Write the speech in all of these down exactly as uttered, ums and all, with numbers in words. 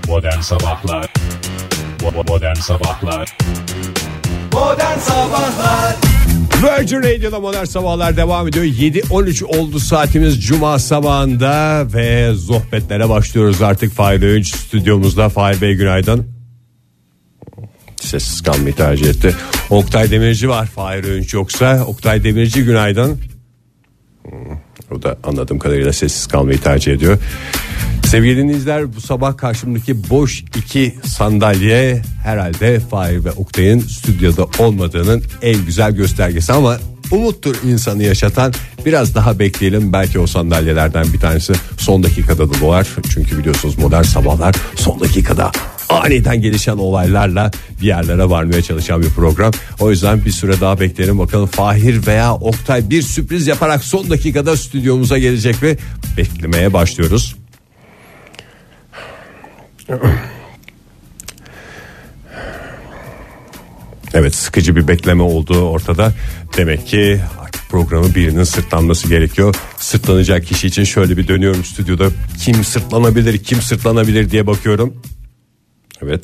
Modern Sabahlar Modern Sabahlar Modern Sabahlar Virgin Radio'da Modern Sabahlar devam ediyor. yedi on üç oldu saatimiz Cuma sabahında ve sohbetlere başlıyoruz artık. Fahir Öğünç stüdyomuzda. Fahir Bey günaydın. Sessiz kalmayı tercih etti. Oktay Demirci var. Fahir Öğünç yoksa. Oktay Demirci günaydın. O da anladığım kadarıyla sessiz kalmayı tercih ediyor. Sevgili dinleyiciler, bu sabah karşımdaki boş iki sandalye herhalde Fahir ve Oktay'ın stüdyoda olmadığının en güzel göstergesi, ama umuttur insanı yaşatan. Biraz daha bekleyelim, belki o sandalyelerden bir tanesi son dakikada da doğar. Çünkü biliyorsunuz Modern Sabahlar son dakikada aniden gelişen olaylarla bir yerlere varmaya çalışan bir program. O yüzden bir süre daha bekleyelim, bakalım Fahir veya Oktay bir sürpriz yaparak son dakikada stüdyomuza gelecek mi? Beklemeye başlıyoruz. Evet, sıkıcı bir bekleme olduğu ortada. Demek ki artık programı birinin sırtlanması gerekiyor. Sırtlanacak kişi için şöyle bir dönüyorum stüdyoda. Kim sırtlanabilir, kim sırtlanabilir diye bakıyorum. Evet.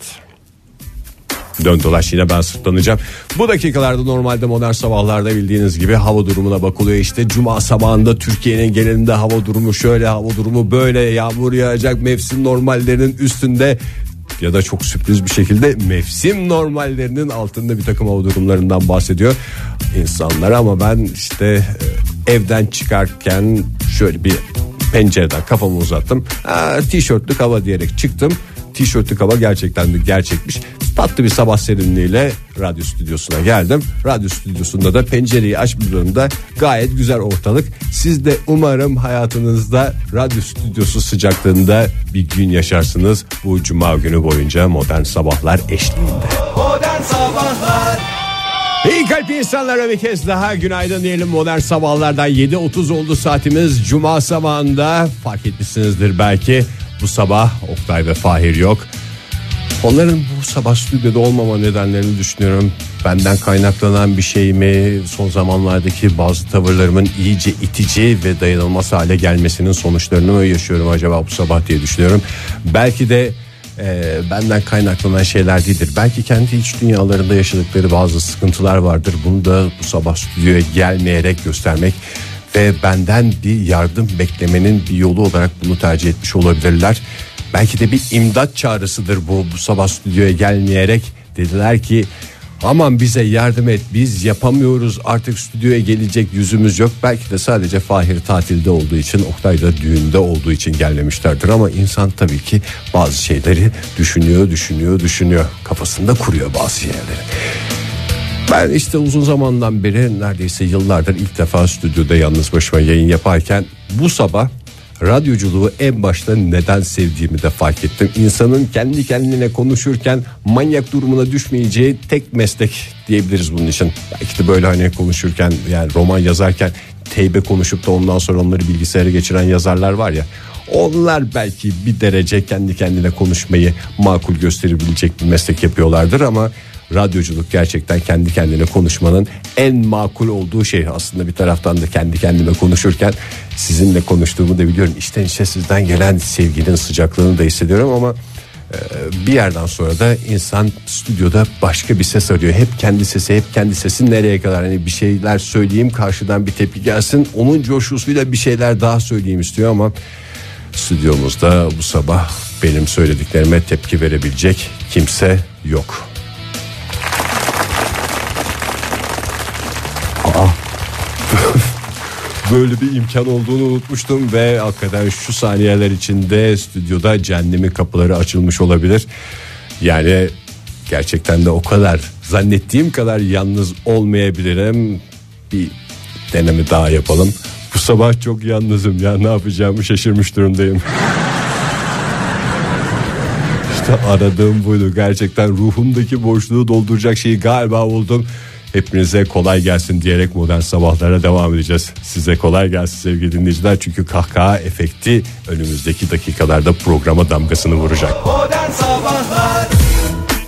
Dön dolaş yine ben sırtlanacağım. Bu dakikalarda normalde Modern Sabahlar'da bildiğiniz gibi hava durumuna bakılıyor. İşte Cuma sabahında Türkiye'nin genelinde hava durumu şöyle, hava durumu böyle, yağmur yağacak, mevsim normallerinin üstünde ya da çok sürpriz bir şekilde mevsim normallerinin altında bir takım hava durumlarından bahsediyor insanlar. Ama ben işte evden çıkarken şöyle bir pencereden kafamı uzattım. Aa, tişörtlük hava diyerek çıktım. Tişörtlük hava gerçekten de gerçekmiş. Tatlı bir sabah serinliğiyle radyo stüdyosuna geldim. Radyo stüdyosunda da pencereyi açmadığımda gayet güzel ortalık. Siz de umarım hayatınızda radyo stüdyosu sıcaklığında bir gün yaşarsınız. Bu Cuma günü boyunca Modern Sabahlar eşliğinde. Modern Sabahlar İyi kalp insanlara bir kez daha günaydın diyelim. Modern Sabahlar'dan yedi otuz oldu saatimiz Cuma sabahında. Fark etmişsinizdir belki, bu sabah Oktay ve Fahir yok. Onların bu sabah stüdyoda olmama nedenlerini düşünüyorum. Benden kaynaklanan bir şey mi? Son zamanlardaki bazı tavırlarımın iyice itici ve dayanılmaz hale gelmesinin sonuçlarını mı yaşıyorum acaba bu sabah diye düşünüyorum. Belki de e, benden kaynaklanan şeyler değildir. Belki kendi iç dünyalarında yaşadıkları bazı sıkıntılar vardır. Bunu da bu sabah stüdyoya gelmeyerek göstermek ve benden bir yardım beklemenin bir yolu olarak bunu tercih etmiş olabilirler. Belki de bir imdat çağrısıdır bu. Bu sabah stüdyoya gelmeyerek dediler ki aman bize yardım et, biz yapamıyoruz, artık stüdyoya gelecek yüzümüz yok. Belki de sadece Fahir tatilde olduğu için, Oktay da düğünde olduğu için gelmemişlerdir. Ama insan tabii ki bazı şeyleri düşünüyor düşünüyor düşünüyor kafasında kuruyor bazı şeyleri. Ben işte uzun zamandan beri, neredeyse yıllardır ilk defa stüdyoda yalnız başıma yayın yaparken bu sabah radyoculuğu en başta neden sevdiğimi de fark ettim. İnsanın kendi kendine konuşurken manyak durumuna düşmeyeceği tek meslek diyebiliriz bunun için. Belki de böyle hani konuşurken, yani roman yazarken teybe konuşup da ondan sonra onları bilgisayara geçiren yazarlar var ya. Onlar belki bir derece kendi kendine konuşmayı makul gösterebilecek bir meslek yapıyorlardır, ama radyoculuk gerçekten kendi kendine konuşmanın en makul olduğu şey. Aslında bir taraftan da kendi kendime konuşurken sizinle konuştuğumu da biliyorum. İçten içe sizden gelen sevginin sıcaklığını da hissediyorum, ama e, bir yerden sonra da insan stüdyoda başka bir ses arıyor. Hep kendi sesi, hep kendi sesi nereye kadar? Hani bir şeyler söyleyeyim, karşıdan bir tepki gelsin, onun coşkusuyla bir şeyler daha söyleyeyim istiyor, ama stüdyomuzda bu sabah benim söylediklerime tepki verebilecek kimse yok. Aa. Böyle bir imkan olduğunu unutmuştum ve hakikaten şu saniyeler içinde stüdyoda cehennemin kapıları açılmış olabilir. Yani gerçekten de o kadar, zannettiğim kadar yalnız olmayabilirim. Bir deneme daha yapalım. Bu sabah çok yalnızım ya, ne yapacağımı şaşırmış durumdayım. İşte aradığım buydu, gerçekten ruhumdaki boşluğu dolduracak şeyi galiba buldum. Hepinize kolay gelsin diyerek Modern Sabahlara devam edeceğiz. Size kolay gelsin sevgili dinleyiciler, çünkü kahkaha efekti önümüzdeki dakikalarda programa damgasını vuracak. Modern Sabahlar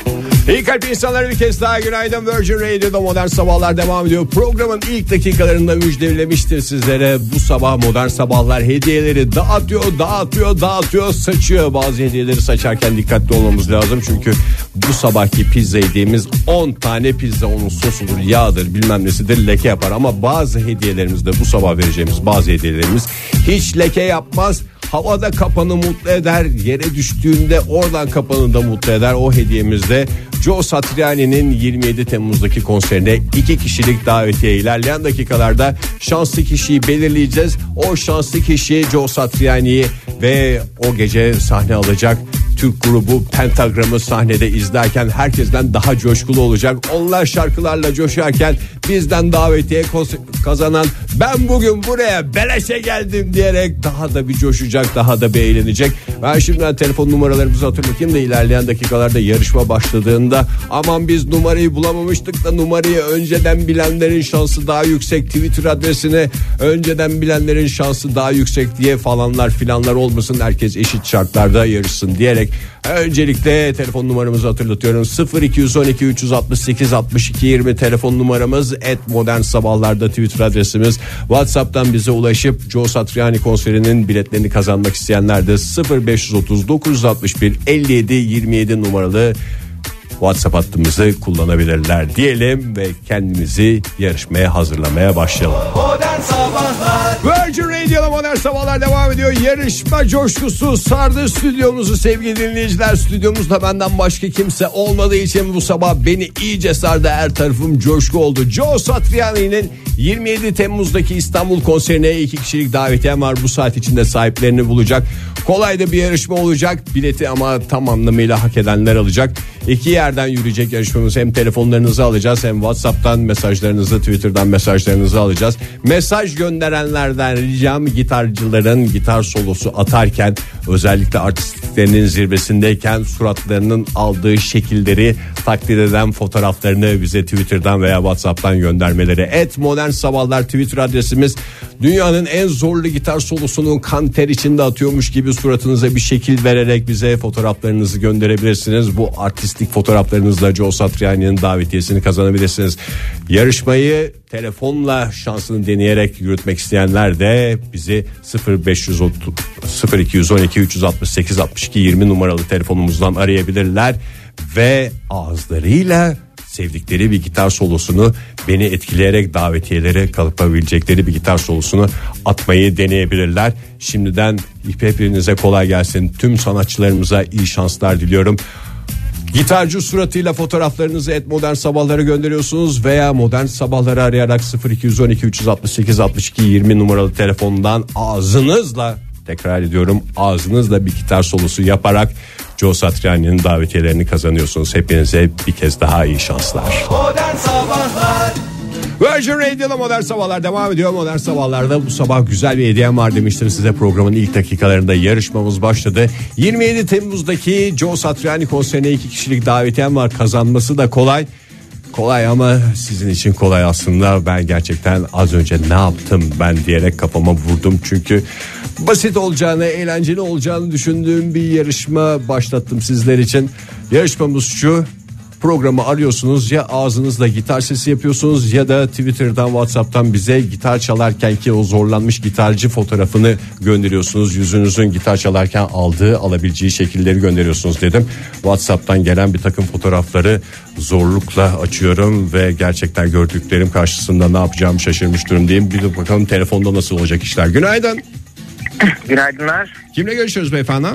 İyi kalp insanlara bir kez daha günaydın. Virgin Radio'da Modern Sabahlar devam ediyor. Programın ilk dakikalarında müjdelemiştir sizlere. Bu sabah Modern Sabahlar hediyeleri dağıtıyor, dağıtıyor, dağıtıyor, saçıyor. Bazı hediyeleri saçarken dikkatli olmamız lazım. Çünkü bu sabahki pizza yediğimiz on tane pizza, onun sosudur, yağdır, bilmem nesidir, leke yapar. Ama bazı hediyelerimizde, bu sabah vereceğimiz bazı hediyelerimiz hiç leke yapmaz. Havada kapanı mutlu eder, yere düştüğünde oradan kapanı da mutlu eder. O hediyemizde Joe Satriani'nin yirmi yedi Temmuz'daki konserine iki kişilik davetiye. İlerleyen dakikalarda şanslı kişiyi belirleyeceğiz. O şanslı kişi Joe Satriani'yi ve o gece sahne alacak Türk grubu Pentagram'ı sahnede izlerken herkesten daha coşkulu olacak. Onlar şarkılarla coşarken bizden davetiye kazanan ben bugün buraya beleşe geldim diyerek daha da bir coşacak, daha da bir eğlenecek. Ben şimdiden telefon numaralarımızı hatırlatayım da ilerleyen dakikalarda yarışma başladığında aman biz numarayı bulamamıştık da numarayı önceden bilenlerin şansı daha yüksek, Twitter adresine önceden bilenlerin şansı daha yüksek diye falanlar filanlar olmasın, herkes eşit şartlarda yarışsın diyerek öncelikle telefon numaramızı hatırlatıyorum. sıfır iki on iki üç altı sekiz altmış iki yirmi telefon numaramız, et modern sabahlarda Twitter adresimiz. WhatsApp'tan bize ulaşıp Joe Satriani konserinin biletlerini kazanmak isteyenler de sıfır beş otuz dokuz altmış bir elli yedi yirmi yedi numaralı WhatsApp hattımızı kullanabilirler diyelim ve kendimizi yarışmaya hazırlamaya başlayalım. Modern Sabahlar Virgin Radio'da Modern Sabahlar devam ediyor. Yarışma coşkusu sardı stüdyomuzu sevgili dinleyiciler. Stüdyomuzda benden başka kimse olmadığı için bu sabah beni iyice sardı. Her tarafım coşku oldu. Joe Satriani'nin yirmi yedi Temmuz'daki İstanbul konserine iki kişilik davetiyem var. Bu saat içinde sahiplerini bulacak. Kolay da bir yarışma olacak. Bileti ama tam anlamıyla hak edenler alacak. İki yerden yürüyecek yarışmamız. Hem telefonlarınızı alacağız, hem WhatsApp'tan mesajlarınızı, Twitter'dan mesajlarınızı alacağız. Mesaj gönderenlerden ricam gitarcıların gitar solosu atarken, özellikle artistliklerinin zirvesindeyken suratlarının aldığı şekilleri taklit eden fotoğraflarını bize Twitter'dan veya WhatsApp'tan göndermeleri. Et Modern Sabahlar Twitter adresimiz. Dünyanın en zorlu gitar solosunu kan ter içinde atıyormuş gibi suratınıza bir şekil vererek bize fotoğraflarınızı gönderebilirsiniz. Bu artistik fotoğraflarınızla Joe Satriani'nin davetiyesini kazanabilirsiniz. Yarışmayı telefonla şansını deneyerek yürütmek isteyenler de bizi sıfır beş otuz sıfır iki on iki üç altı sekiz altmış iki yirmi numaralı telefonumuzdan arayabilirler ve ağızlarıyla sevdikleri bir gitar solosunu, beni etkileyerek davetiyelere kalıpabilecekleri bir gitar solosunu atmayı deneyebilirler. Şimdiden hepinize kolay gelsin. Tüm sanatçılarımıza iyi şanslar diliyorum. Gitarcı suratıyla fotoğraflarınızı et modern sabahlara gönderiyorsunuz veya modern sabahları arayarak sıfır iki on iki üç altı sekiz altmış iki yirmi numaralı telefondan ağzınızla, tekrar ediyorum, ağzınızla bir gitar solosu yaparak Joe Satriani'nin davetiyelerini kazanıyorsunuz. Hepinize bir kez daha iyi şanslar. Modern Sabahlar Virgin Radio'da Modern Sabahlar devam ediyor. Modern Sabahlar'da bu sabah güzel bir hediyem var demiştim size. Programın ilk dakikalarında yarışmamız başladı. yirmi yedi Temmuz'daki Joe Satriani konserine iki kişilik davetiyem var. Kazanması da kolay. Kolay ama sizin için kolay aslında. Ben gerçekten az önce ne yaptım ben diyerek kafama vurdum. Çünkü basit olacağını, eğlenceli olacağını düşündüğüm bir yarışma başlattım sizler için. Yarışmamız şu: programı arıyorsunuz, ya ağzınızla gitar sesi yapıyorsunuz ya da Twitter'dan, WhatsApp'tan bize gitar çalarken ki o zorlanmış gitarcı fotoğrafını gönderiyorsunuz. Yüzünüzün gitar çalarken aldığı, alabileceği şekilleri gönderiyorsunuz dedim. WhatsApp'tan gelen bir takım fotoğrafları zorlukla açıyorum ve gerçekten gördüklerim karşısında ne yapacağımı şaşırmış durumdayım. Bir de bakalım telefonda nasıl olacak işler. Günaydın. Günaydınlar. Kimle görüşüyoruz beyefendi?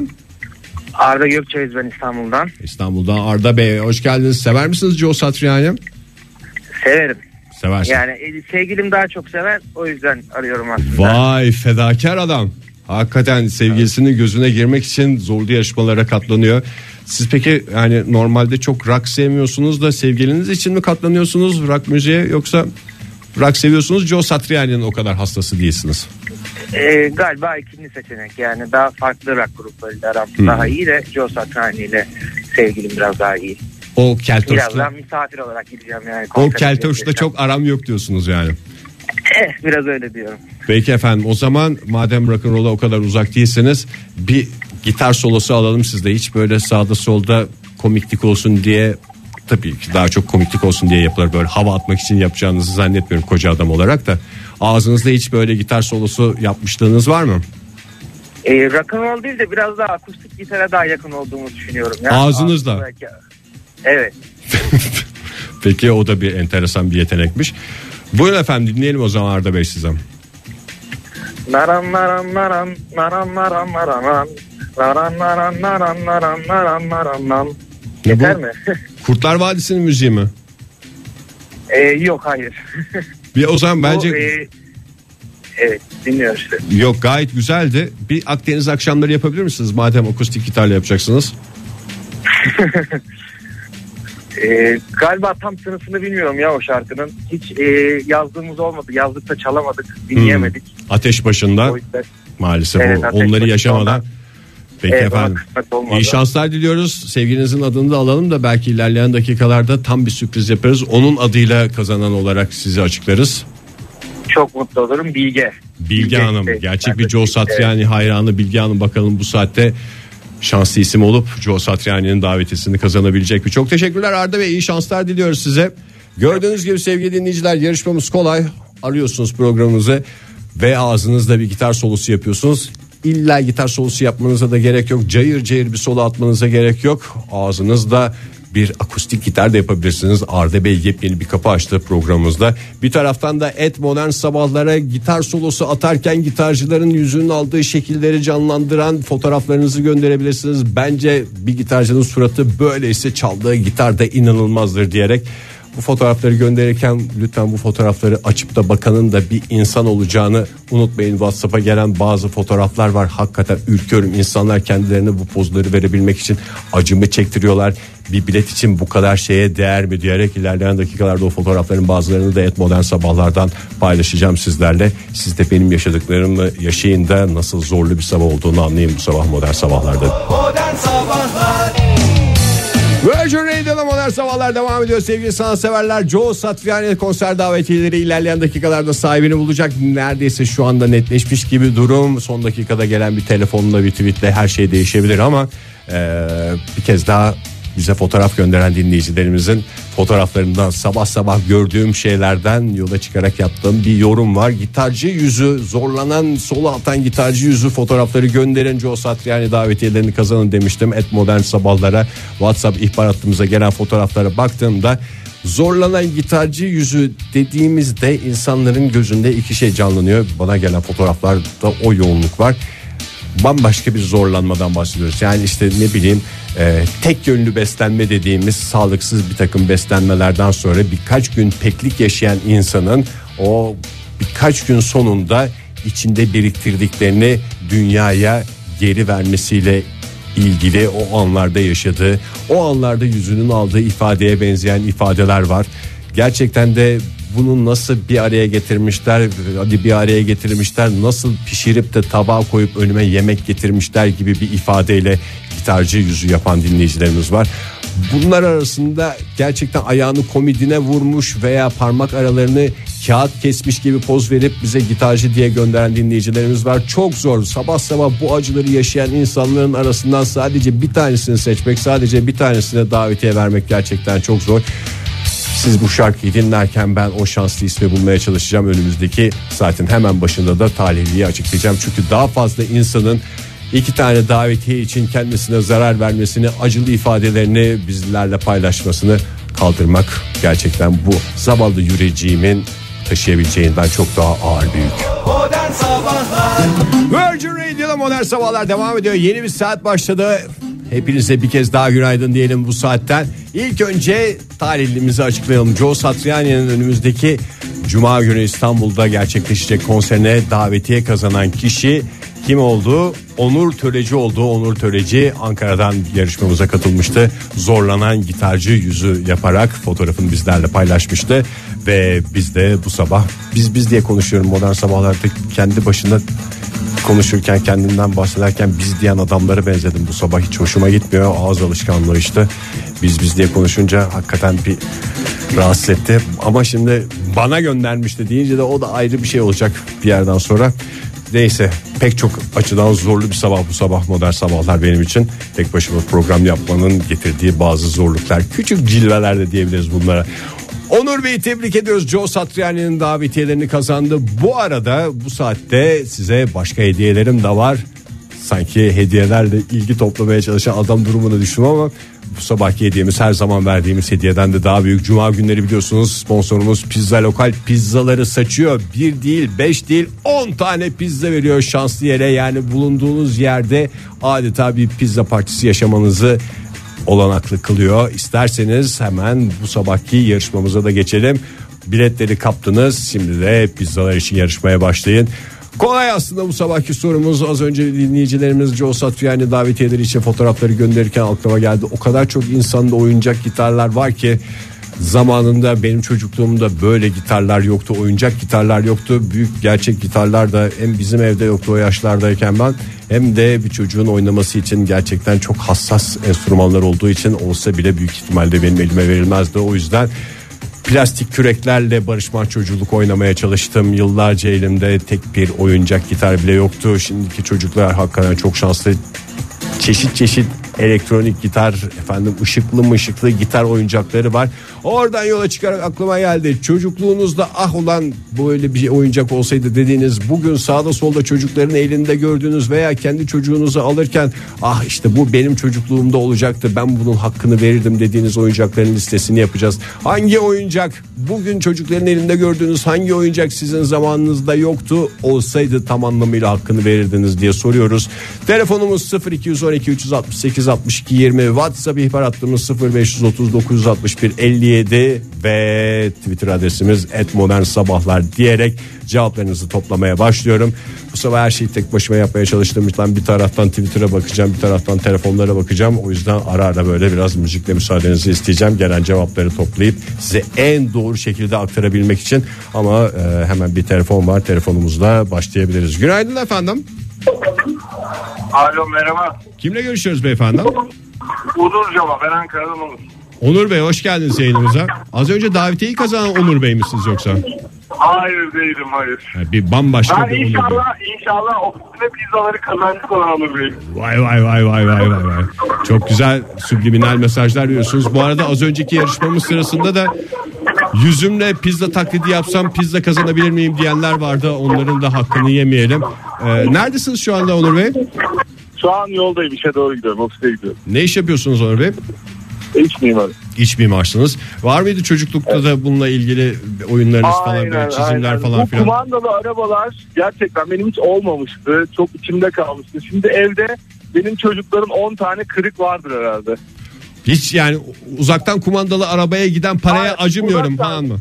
Arda Gökçeyiz ben İstanbul'dan. İstanbul'dan Arda Bey, hoş geldiniz. Sever misiniz Joe Satriani? Severim. Seversin. Yani e, sevgilim daha çok sever, o yüzden arıyorum aslında. Vay, fedakar adam. Hakikaten sevgilisinin gözüne girmek için zorlu yarışmalara katlanıyor. Siz peki yani normalde çok rock sevmiyorsunuz da sevgiliniz için mi katlanıyorsunuz rock müziğe, yoksa rock seviyorsunuz, Joe Satriani'nin o kadar hastası değilsiniz? Ee, galiba ikinci seçenek, yani daha farklı rock gruplarıyla aram hmm. daha iyi de Joe Satriani ile sevgilim biraz daha iyi. O keltoşla. Birazdan misafir olarak gideceğim yani. O keltoşla çok aram yok diyorsunuz yani. Eh, biraz öyle diyorum. Peki efendim, o zaman madem rock'n'roll'a o kadar uzak değilseniz bir gitar solosu alalım sizde. Hiç böyle sağda solda komiklik olsun diye tabii ki daha çok komiklik olsun diye yapılır. Böyle hava atmak için yapacağınızı zannetmiyorum koca adam olarak da. Ağzınızda hiç böyle gitar solosu yapmışlığınız var mı? E, rock'n'roll değil de biraz daha akustik gitara daha yakın olduğumu düşünüyorum. Yani ağzınızda? Belki... Evet. Peki o da bir enteresan bir yetenekmiş. Buyurun efendim, dinleyelim o zaman Arda Bey size. Naran naran naran naran naran naran naran naran naran naran naran naran naran. Yeter mi? Kurtlar Vadisi'nin müziği mi? Ee, yok hayır. Bir o zaman bence... O, e, evet dinliyorum işte. Yok, gayet güzeldi. Bir Akdeniz akşamları yapabilir misiniz? Madem akustik gitarla yapacaksınız. Ee, galiba tam sınıfını bilmiyorum ya o şarkının. Hiç e, yazdığımız olmadı. Yazdık da çalamadık. Dinleyemedik. Hmm. Ateş başında maalesef evet, o, ateş onları yaşamadan. Onda. Peki evet, efendim. İyi şanslar diliyoruz. Sevgilinizin adını da alalım da belki ilerleyen dakikalarda tam bir sürpriz yaparız. Onun adıyla kazanan olarak sizi açıklarız. Çok mutlu olurum. Bilge. Bilge, Bilge Hanım. Şey, gerçek bir Joe Satriani evet. hayranı Bilge Hanım. Bakalım bu saatte şanslı isim olup Joe Satriani'nin davetiyesini kazanabilecek mi? Çok teşekkürler Arda Bey. İyi şanslar diliyoruz size. Gördüğünüz gibi sevgili dinleyiciler, yarışmamız kolay. Arıyorsunuz programımızı ve ağzınızda bir gitar solosu yapıyorsunuz. İlla gitar solosu yapmanıza da gerek yok. Cayır cayır bir solo atmanıza gerek yok. Ağzınızda bir akustik gitar da yapabilirsiniz. Arda Bey yepyeni bir kapı açtı programımızda. Bir taraftan da Et Modern Sabahlara gitar solosu atarken gitarcıların yüzünün aldığı şekilleri canlandıran fotoğraflarınızı gönderebilirsiniz. Bence bir gitarcının suratı böyleyse çaldığı gitar da inanılmazdır diyerek bu fotoğrafları gönderirken lütfen bu fotoğrafları açıp da bakanın da bir insan olacağını unutmayın. WhatsApp'a gelen bazı fotoğraflar var. Hakikaten ürküyorum. İnsanlar kendilerine bu pozları verebilmek için acımı çektiriyorlar. Bir bilet için bu kadar şeye değer mi diyerek ilerleyen dakikalarda o fotoğrafların bazılarını da Et Modern Sabahlardan paylaşacağım sizlerle. Siz de benim yaşadıklarımı yaşayın da nasıl zorlu bir sabah olduğunu anlayın bu sabah Modern Sabahlarda. Modern Sabahlar. Virgin Radio'da Modern Sabahlar devam ediyor sevgili sanatseverler. Joe Satriani konser davetiyeleri ilerleyen dakikalarda sahibini bulacak. Neredeyse şu anda netleşmiş gibi durum. Son dakikada gelen bir telefonla bir tweetle her şey değişebilir ama ee, bir kez daha bize fotoğraf gönderen dinleyicilerimizin fotoğraflarından sabah sabah gördüğüm şeylerden yola çıkarak yaptığım bir yorum var. Gitarcı yüzü, zorlanan solo atan gitarcı yüzü fotoğrafları gönderin, Joe Satriani davetiyelerini kazanın demiştim. Et Modern Sabahlara WhatsApp ihbar hattımıza gelen fotoğraflara baktığımda zorlanan gitarcı yüzü dediğimizde insanların gözünde iki şey canlanıyor. Bana gelen fotoğraflarda o yoğunluk var. Bambaşka bir zorlanmadan bahsediyoruz. Yani işte ne bileyim e, tek yönlü beslenme dediğimiz sağlıksız bir takım beslenmelerden sonra birkaç gün peklik yaşayan insanın o birkaç gün sonunda içinde biriktirdiklerini dünyaya geri vermesiyle ilgili o anlarda yaşadığı, o anlarda yüzünün aldığı ifadeye benzeyen ifadeler var. Gerçekten de bunu nasıl bir araya getirmişler, hadi bir araya getirmişler, nasıl pişirip de tabağa koyup önüme yemek getirmişler gibi bir ifadeyle gitarcı yüzü yapan dinleyicilerimiz var. Bunlar arasında gerçekten ayağını komodine vurmuş veya parmak aralarını kağıt kesmiş gibi poz verip bize gitarcı diye gönderen dinleyicilerimiz var. Çok zor. Sabah sabah bu acıları yaşayan insanların arasından sadece bir tanesini seçmek, sadece bir tanesine davetiye vermek gerçekten çok zor. Siz bu şarkıyı dinlerken ben o şanslı ismi bulmaya çalışacağım. Önümüzdeki saatin hemen başında da talihliyi açıklayacağım. Çünkü daha fazla insanın iki tane davetiye için kendisine zarar vermesini, acılı ifadelerini bizlerle paylaşmasını kaldırmak gerçekten bu zavallı yüreceğimin taşıyabileceğinden çok daha ağır bir yük. Modern Sabahlar. Virgin Radio'da Modern Sabahlar devam ediyor. Yeni bir saat başladı. Hepinize bir kez daha günaydın diyelim bu saatten. İlk önce tarihlimizi açıklayalım. Joe Satriani'nin önümüzdeki Cuma günü İstanbul'da gerçekleşecek konserine davetiye kazanan kişi kim oldu? Onur Töreci oldu. Onur Töreci Ankara'dan yarışmamıza katılmıştı. Zorlanan gitarcı yüzü yaparak fotoğrafını bizlerle paylaşmıştı. Ve biz de bu sabah biz biz diye konuşuyorum Modern Sabahlar'da kendi başına konuşurken, kendinden bahsederken biz diyen adamlara benzedim bu sabah. Hiç hoşuma gitmiyor, ağız alışkanlığı işte. Biz biz diye konuşunca hakikaten bir rahatsız etti. Ama şimdi bana göndermişti deyince de o da ayrı bir şey olacak bir yerden sonra. Neyse, pek çok açıdan zorlu bir sabah bu sabah, modern sabahlar benim için. Tek başıma program yapmanın getirdiği bazı zorluklar, küçük cilveler de diyebiliriz bunlara. Onur Bey'i tebrik ediyoruz. Joe Satriani'nin davetiyelerini kazandı. Bu arada bu saatte size başka hediyelerim de var. Sanki hediyelerle ilgi toplamaya çalışan adam durumuna düştüm ama bu sabahki hediyemiz her zaman verdiğimiz hediyeden de daha büyük. Cuma günleri biliyorsunuz sponsorumuz Pizza Lokal pizzaları saçıyor. Bir değil, beş değil, on tane pizza veriyor şanslı yere. Yani bulunduğunuz yerde adeta bir pizza partisi yaşamanızı olanaklı kılıyor. İsterseniz hemen bu sabahki yarışmamıza da geçelim. Biletleri kaptınız, şimdi de pizzalar için yarışmaya başlayın. Kolay aslında bu sabahki sorumuz. Az önce dinleyicilerimiz Joe Satriani davetiyeleri için fotoğrafları gönderirken aklıma geldi. O kadar çok insanda oyuncak gitarlar var ki zamanında benim çocukluğumda böyle gitarlar yoktu, oyuncak gitarlar yoktu. Büyük gerçek gitarlar da hem bizim evde yoktu o yaşlardayken ben, hem de bir çocuğun oynaması için gerçekten çok hassas enstrümanlar olduğu için olsa bile büyük ihtimalle benim elime verilmezdi. O yüzden plastik küreklerle Barış Manço'culuk oynamaya çalıştım. Yıllarca elimde tek bir oyuncak gitar bile yoktu. Şimdiki çocuklar hakikaten çok şanslı. Çeşit çeşit elektronik gitar, efendim ışıklı mışıklı gitar oyuncakları var. Oradan yola çıkarak aklıma geldi. Çocukluğunuzda ah ulan böyle bir oyuncak olsaydı dediğiniz, bugün sağda solda çocukların elinde gördüğünüz veya kendi çocuğunuzu alırken ah işte bu benim çocukluğumda olacaktı, ben bunun hakkını verirdim dediğiniz oyuncakların listesini yapacağız. Hangi oyuncak bugün çocukların elinde gördüğünüz, hangi oyuncak sizin zamanınızda yoktu, olsaydı tam anlamıyla hakkını verirdiniz diye soruyoruz. Telefonumuz sıfır iki on iki üç altı sekiz altmış iki yirmi, WhatsApp ihbar hattımız sıfır beş otuz dokuz altmış bir elli yedi ve Twitter adresimiz et modern sabahlar diyerek cevaplarınızı toplamaya başlıyorum. Bu sabah her şeyi tek başıma yapmaya çalıştığım için bir taraftan Twitter'a bakacağım, bir taraftan telefonlara bakacağım. O yüzden ara ara böyle biraz müzikle müsaadenizi isteyeceğim. Gelen cevapları toplayıp size en doğru şekilde aktarabilmek için. Ama e, hemen bir telefon var, telefonumuzla başlayabiliriz. Günaydın efendim. Alo, merhaba. Kimle görüşüyoruz beyefendi? Onur Cama, ben Ankara'dan Onur. Onur Bey, hoş geldiniz yayınımıza. Az önce davetiyeyi kazanan Onur Bey misiniz yoksa? Hayır değilim, hayır. Ha, bir bambaşka Ben bir Onur Bey. inşallah inşallah ofisine pizzaları kazanacak olan Onur Bey. Vay vay vay vay vay vay vay. Çok güzel subliminal mesajlar veriyorsunuz. Bu arada az önceki yarışmamız sırasında da yüzümle pizza taklidi yapsam pizza kazanabilir miyim diyenler vardı. Onların da hakkını yemeyelim. Ee, neredesiniz şu anda Onur Bey? Şu an yoldayım, işe doğru gidiyorum, ofise gidiyorum. Ne iş yapıyorsunuz Onur Bey? İç mimarı. İç mimarsınız. Var mıydı çocuklukta evet. da bununla ilgili oyunlarınız aynen, falan, böyle çizimler aynen. falan Bu filan? Bu kumandalı arabalar gerçekten benim hiç olmamıştı. Çok içimde kalmıştı. Şimdi evde benim çocukların on tane kırık vardır herhalde. Hiç yani uzaktan kumandalı arabaya giden paraya hayır, acımıyorum uzaktan, falan mı?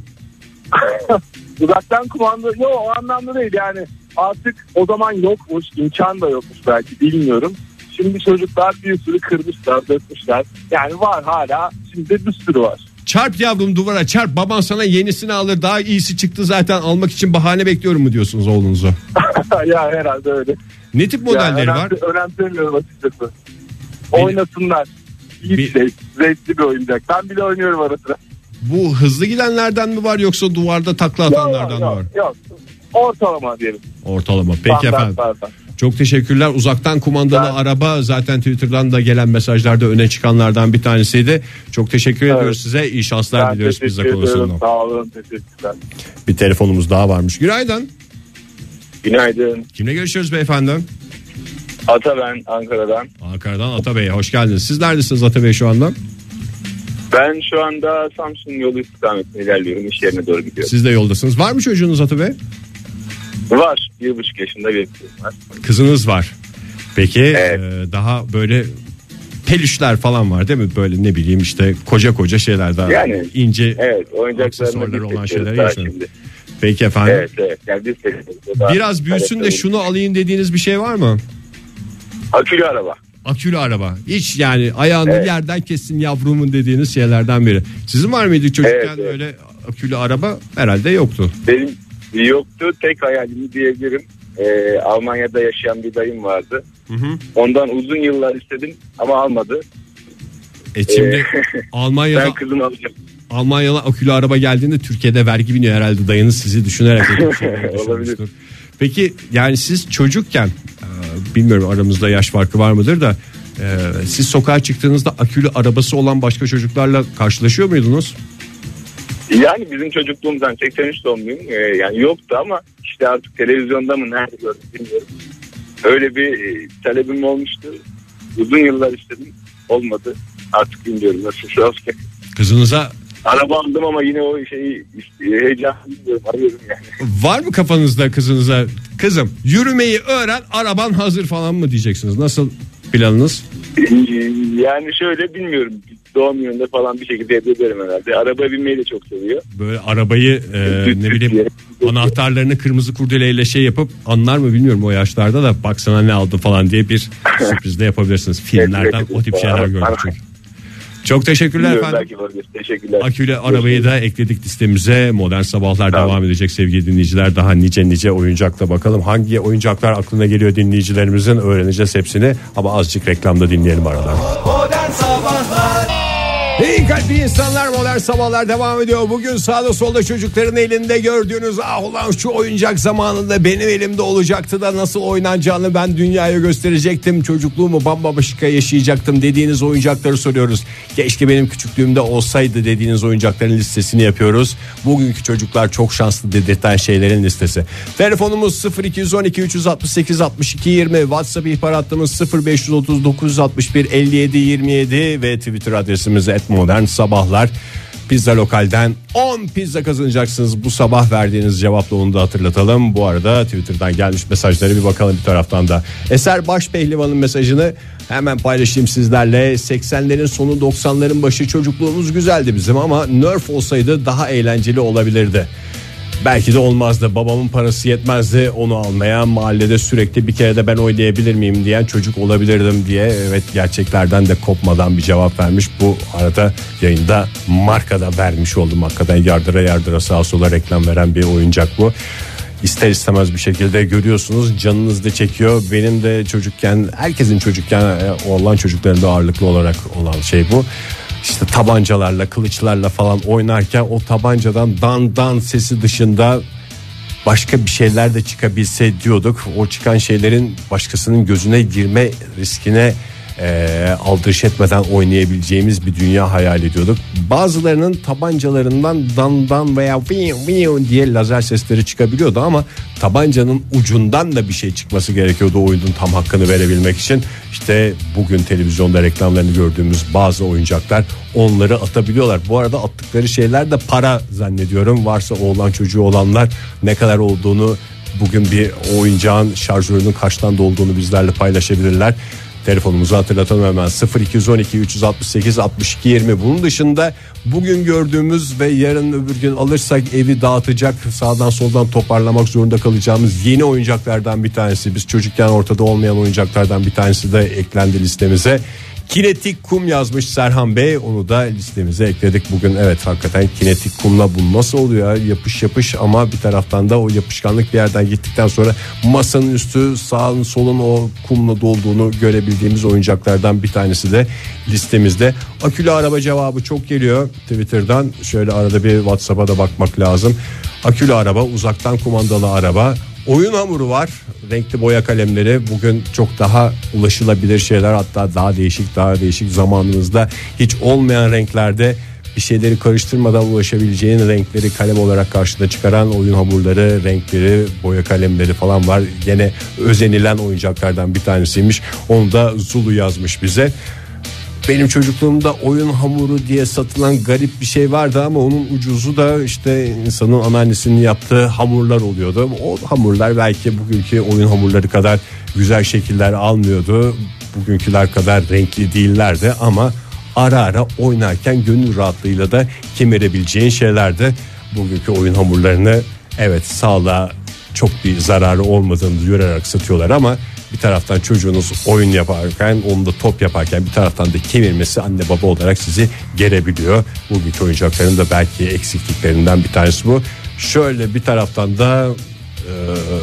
Uzaktan kumanda yok, o anlamda değil yani. Artık o zaman yokmuş, imkan da yokmuş belki, bilmiyorum. Şimdi çocuklar bir sürü kırmışlar, dökmüşler. Yani var hala, şimdi bir sürü var. Çarp yavrum duvara çarp, baban sana yenisini alır, daha iyisi çıktı zaten, almak için bahane bekliyorum mu diyorsunuz oğlunuza? Ya herhalde öyle. Ne tip modelleri ya, var? Önemsemiyorum açıkçası. Benim... Oynasınlar. İyi bir şey, zevkli bir oyuncak. Ben bile oynuyorum arasında. Bu hızlı gidenlerden mi var yoksa duvarda takla atanlardan mı var? Yok, ortalama diyelim. Ortalama. Peki ben, efendim. Ben, ben. Çok teşekkürler. Uzaktan kumandalı ben... araba zaten Twitter'dan da gelen mesajlarda öne çıkanlardan bir tanesiydi. Çok teşekkür evet. ediyoruz size. İyi şanslar ben diliyoruz pizza konusunda. Sağ olun, teşekkürler. Bir telefonumuz daha varmış. Günaydın. Günaydın. Kimle görüşüyoruz beyefendi? Ata ben, Ankara'dan. Ankara'dan Ata Bey, hoş geldiniz. Siz neredesiniz Ata Bey şu anda? Ben şu anda Samsun yolu istikametine ilerliyorum. İş yerine doğru gidiyorum. Siz de yoldasınız. Var mı çocuğunuz Ata Bey? Var. Bir buçuk yaşında bir kızım var. Kızınız var. Peki evet. e, daha böyle pelüşler falan var değil mi? Böyle ne bileyim işte koca koca şeyler daha yani, ince evet, oyuncaklarını olan şeyler yaşanıyor. Peki efendim. Evet evet. Yani biz biraz büyüsün de şunu alayım dediğiniz bir şey var mı? Akülü araba. Akülü araba. Hiç yani ayağını evet. yerden kessin yavrumun dediğiniz şeylerden biri. Sizin var mıydı çocukken evet, evet. öyle akülü araba? Herhalde yoktu. Benim yoktu. Tek hayalimi diyebilirim. Ee, Almanya'da yaşayan bir dayım vardı. Hı hı. Ondan uzun yıllar istedim ama almadı. E şimdi ee, Almanya'da ben kızım alacağım. Almanya'da akülü araba geldiğinde Türkiye'de vergi biniyor herhalde, dayınız sizi düşünerek. Olabilir. Peki yani siz çocukken e, bilmiyorum aramızda yaş farkı var mıdır da e, siz sokağa çıktığınızda akülü arabası olan başka çocuklarla karşılaşıyor muydunuz? Yani bizim çocukluğumuzdan seksen üç doğumluyum. Ee, yani yoktu ama işte artık televizyonda mı nerede gördüm bilmiyorum. Öyle bir e, talebim olmuştu. Uzun yıllar istedim. Olmadı. Artık bilmiyorum nasıl şey olacak. Kızınıza araba aldım ama yine o şeyi heyecan bilmiyorum. Arıyorum yani. Var mı kafanızda kızınıza kızım yürümeyi öğren araban hazır falan mı diyeceksiniz? Nasıl planınız? Yani şöyle bilmiyorum. Doğum gününde falan bir şekilde hediye ederim herhalde. Arabaya binmeyi de çok seviyor. Böyle arabayı e, ne bileyim anahtarlarını kırmızı kurdeleyle şey yapıp anlar mı bilmiyorum o yaşlarda da baksana ne aldı falan diye bir sürpriz de yapabilirsiniz. Filmlerden o tip şeyler gördük çünkü. Çok teşekkürler efendim. Teşekkürler. Akülü arabayı da ekledik listemize. Modern Sabahlar tamam. Devam edecek sevgili dinleyiciler. Daha nice nice oyuncakla bakalım. Hangi oyuncaklar aklına geliyor dinleyicilerimizin öğreneceğiz hepsini. Ama azıcık reklamda dinleyelim aradan. Modern Sabahlar. İyi kalpli insanlar, Modern Sabahlar devam ediyor. Bugün sağda solda çocukların elinde gördüğünüz ah ulan şu oyuncak zamanında benim elimde olacaktı da nasıl oynanacağını ben dünyaya gösterecektim. Çocukluğumu bambaşka yaşayacaktım dediğiniz oyuncakları soruyoruz. Keşke benim küçüklüğümde olsaydı dediğiniz oyuncakların listesini yapıyoruz. Bugünkü çocuklar çok şanslı dedirten şeylerin listesi. Telefonumuz sıfır iki on iki üç altı sekiz altmış iki yirmi, WhatsApp ihbar hattımız sıfır beş otuz dokuz altmış bir elli yedi yirmi yedi ve Twitter adresimiz et modern sabahlar. Pizza Lokal'den on pizza kazanacaksınız bu sabah, verdiğiniz cevapla onu da hatırlatalım. Bu arada Twitter'dan gelmiş mesajlara bir bakalım bir taraftan da. Eser Başpehlivan'ın mesajını hemen paylaşayım sizlerle. seksenlerin sonu doksanların başı çocukluğumuz güzeldi bizim ama Nerf olsaydı daha eğlenceli olabilirdi. Belki de olmazdı. Babamın parası yetmezdi onu almaya. Mahallede sürekli bir kere de ben oynayabilir miyim diyen çocuk olabilirdim diye. Evet, gerçeklerden de kopmadan bir cevap vermiş. Bu arada yayında marka da vermiş oldum. Hakikaten yardıra yardıra sağa sola reklam veren bir oyuncak bu. İster istemez bir şekilde görüyorsunuz, canınız da çekiyor. Benim de çocukken, herkesin çocukken olan çocukların da ağırlıklı olarak olan şey bu. İşte tabancalarla, kılıçlarla falan oynarken o tabancadan dan dan sesi dışında başka bir şeyler de çıkabilse diyorduk. O çıkan şeylerin başkasının gözüne girme riskine e, aldırış etmeden oynayabileceğimiz bir dünya hayal ediyorduk. Bazılarının tabancalarından dan dan veya viu viu diye lazer sesleri çıkabiliyordu ama tabancanın ucundan da bir şey çıkması gerekiyordu oyunun tam hakkını verebilmek için. İşte bugün televizyonda reklamlarını gördüğümüz bazı oyuncaklar onları atabiliyorlar. Bu arada attıkları şeyler de para zannediyorum. Varsa oğlan çocuğu olanlar ne kadar olduğunu, bugün bir oyuncağın şarjörünün kaçtan dolduğunu bizlerle paylaşabilirler. Telefonumuzu hatırlatalım hemen sıfır iki on iki üç altı sekiz altmış iki yirmi. Bunun dışında bugün gördüğümüz ve yarın öbür gün alırsak evi dağıtacak, sağdan soldan toparlamak zorunda kalacağımız yeni oyuncaklardan bir tanesi. Biz çocukken ortada olmayan oyuncaklardan bir tanesi de eklendi listemize. Kinetik kum yazmış Serhan Bey, onu da listemize ekledik bugün. Evet, hakikaten kinetik kumla bu nasıl oluyor ya? Yapış yapış ama bir taraftan da o yapışkanlık bir yerden gittikten sonra masanın üstü sağın solun o kumla dolduğunu görebildiğimiz oyuncaklardan bir tanesi de listemizde. Akülü araba cevabı çok geliyor Twitter'dan, şöyle arada bir WhatsApp'a da bakmak lazım. Akülü araba, uzaktan kumandalı araba. Oyun hamuru var, renkli boya kalemleri, bugün çok daha ulaşılabilir şeyler, hatta daha değişik daha değişik zamanımızda hiç olmayan renklerde bir şeyleri karıştırmadan ulaşabileceğin renkleri kalem olarak karşına çıkaran oyun hamurları, renkleri, boya kalemleri falan var. Yine özenilen oyuncaklardan bir tanesiymiş, onu da Zulu yazmış bize. Benim çocukluğumda oyun hamuru diye satılan garip bir şey vardı ama onun ucuzu da işte insanın anneannesinin yaptığı hamurlar oluyordu. O hamurlar belki bugünkü oyun hamurları kadar güzel şekiller almıyordu. Bugünküler kadar renkli değillerdi ama ara ara oynarken gönül rahatlığıyla da kemirebileceğin şeylerdi. Bugünkü oyun hamurlarını evet sağlığa çok bir zararı olmadığını duyurarak satıyorlar ama bir taraftan çocuğunuz oyun yaparken, onu da top yaparken bir taraftan da kemirmesi anne baba olarak sizi gerebiliyor. Bugünkü oyuncakların da belki eksikliklerinden bir tanesi bu. Şöyle bir taraftan da e,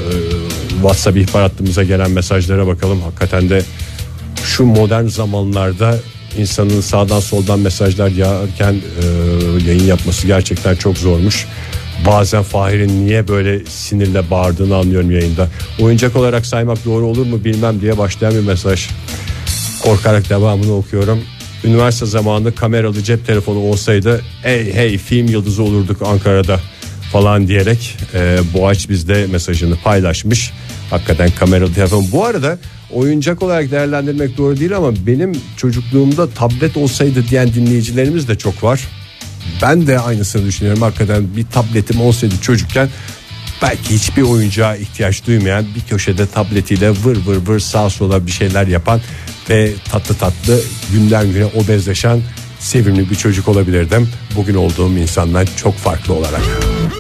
WhatsApp ihbar hattımıza gelen mesajlara bakalım. Hakikaten de şu modern zamanlarda insanın sağdan soldan mesajlar yağarken e, yayın yapması gerçekten çok zormuş. Bazen Fahir'in niye böyle sinirle bağırdığını anlıyorum yayında. Oyuncak olarak saymak doğru olur mu bilmem diye başlayan bir mesaj. Korkarak devamını okuyorum. Üniversite zamanında kameralı cep telefonu olsaydı hey hey film yıldızı olurduk Ankara'da falan diyerek e, Boğaç bizde mesajını paylaşmış. Hakikaten kameralı telefon. Bu arada oyuncak olarak değerlendirmek doğru değil ama benim çocukluğumda tablet olsaydı diyen dinleyicilerimiz de çok var. Ben de aynısını düşünüyorum. Hakikaten bir tabletim olsaydı çocukken belki hiçbir oyuncağa ihtiyaç duymayan, bir köşede tabletiyle vır vır vır sağa sola bir şeyler yapan ve tatlı tatlı günden güne obezleşen sevimli bir çocuk olabilirdim. Bugün olduğum insandan çok farklı olarak.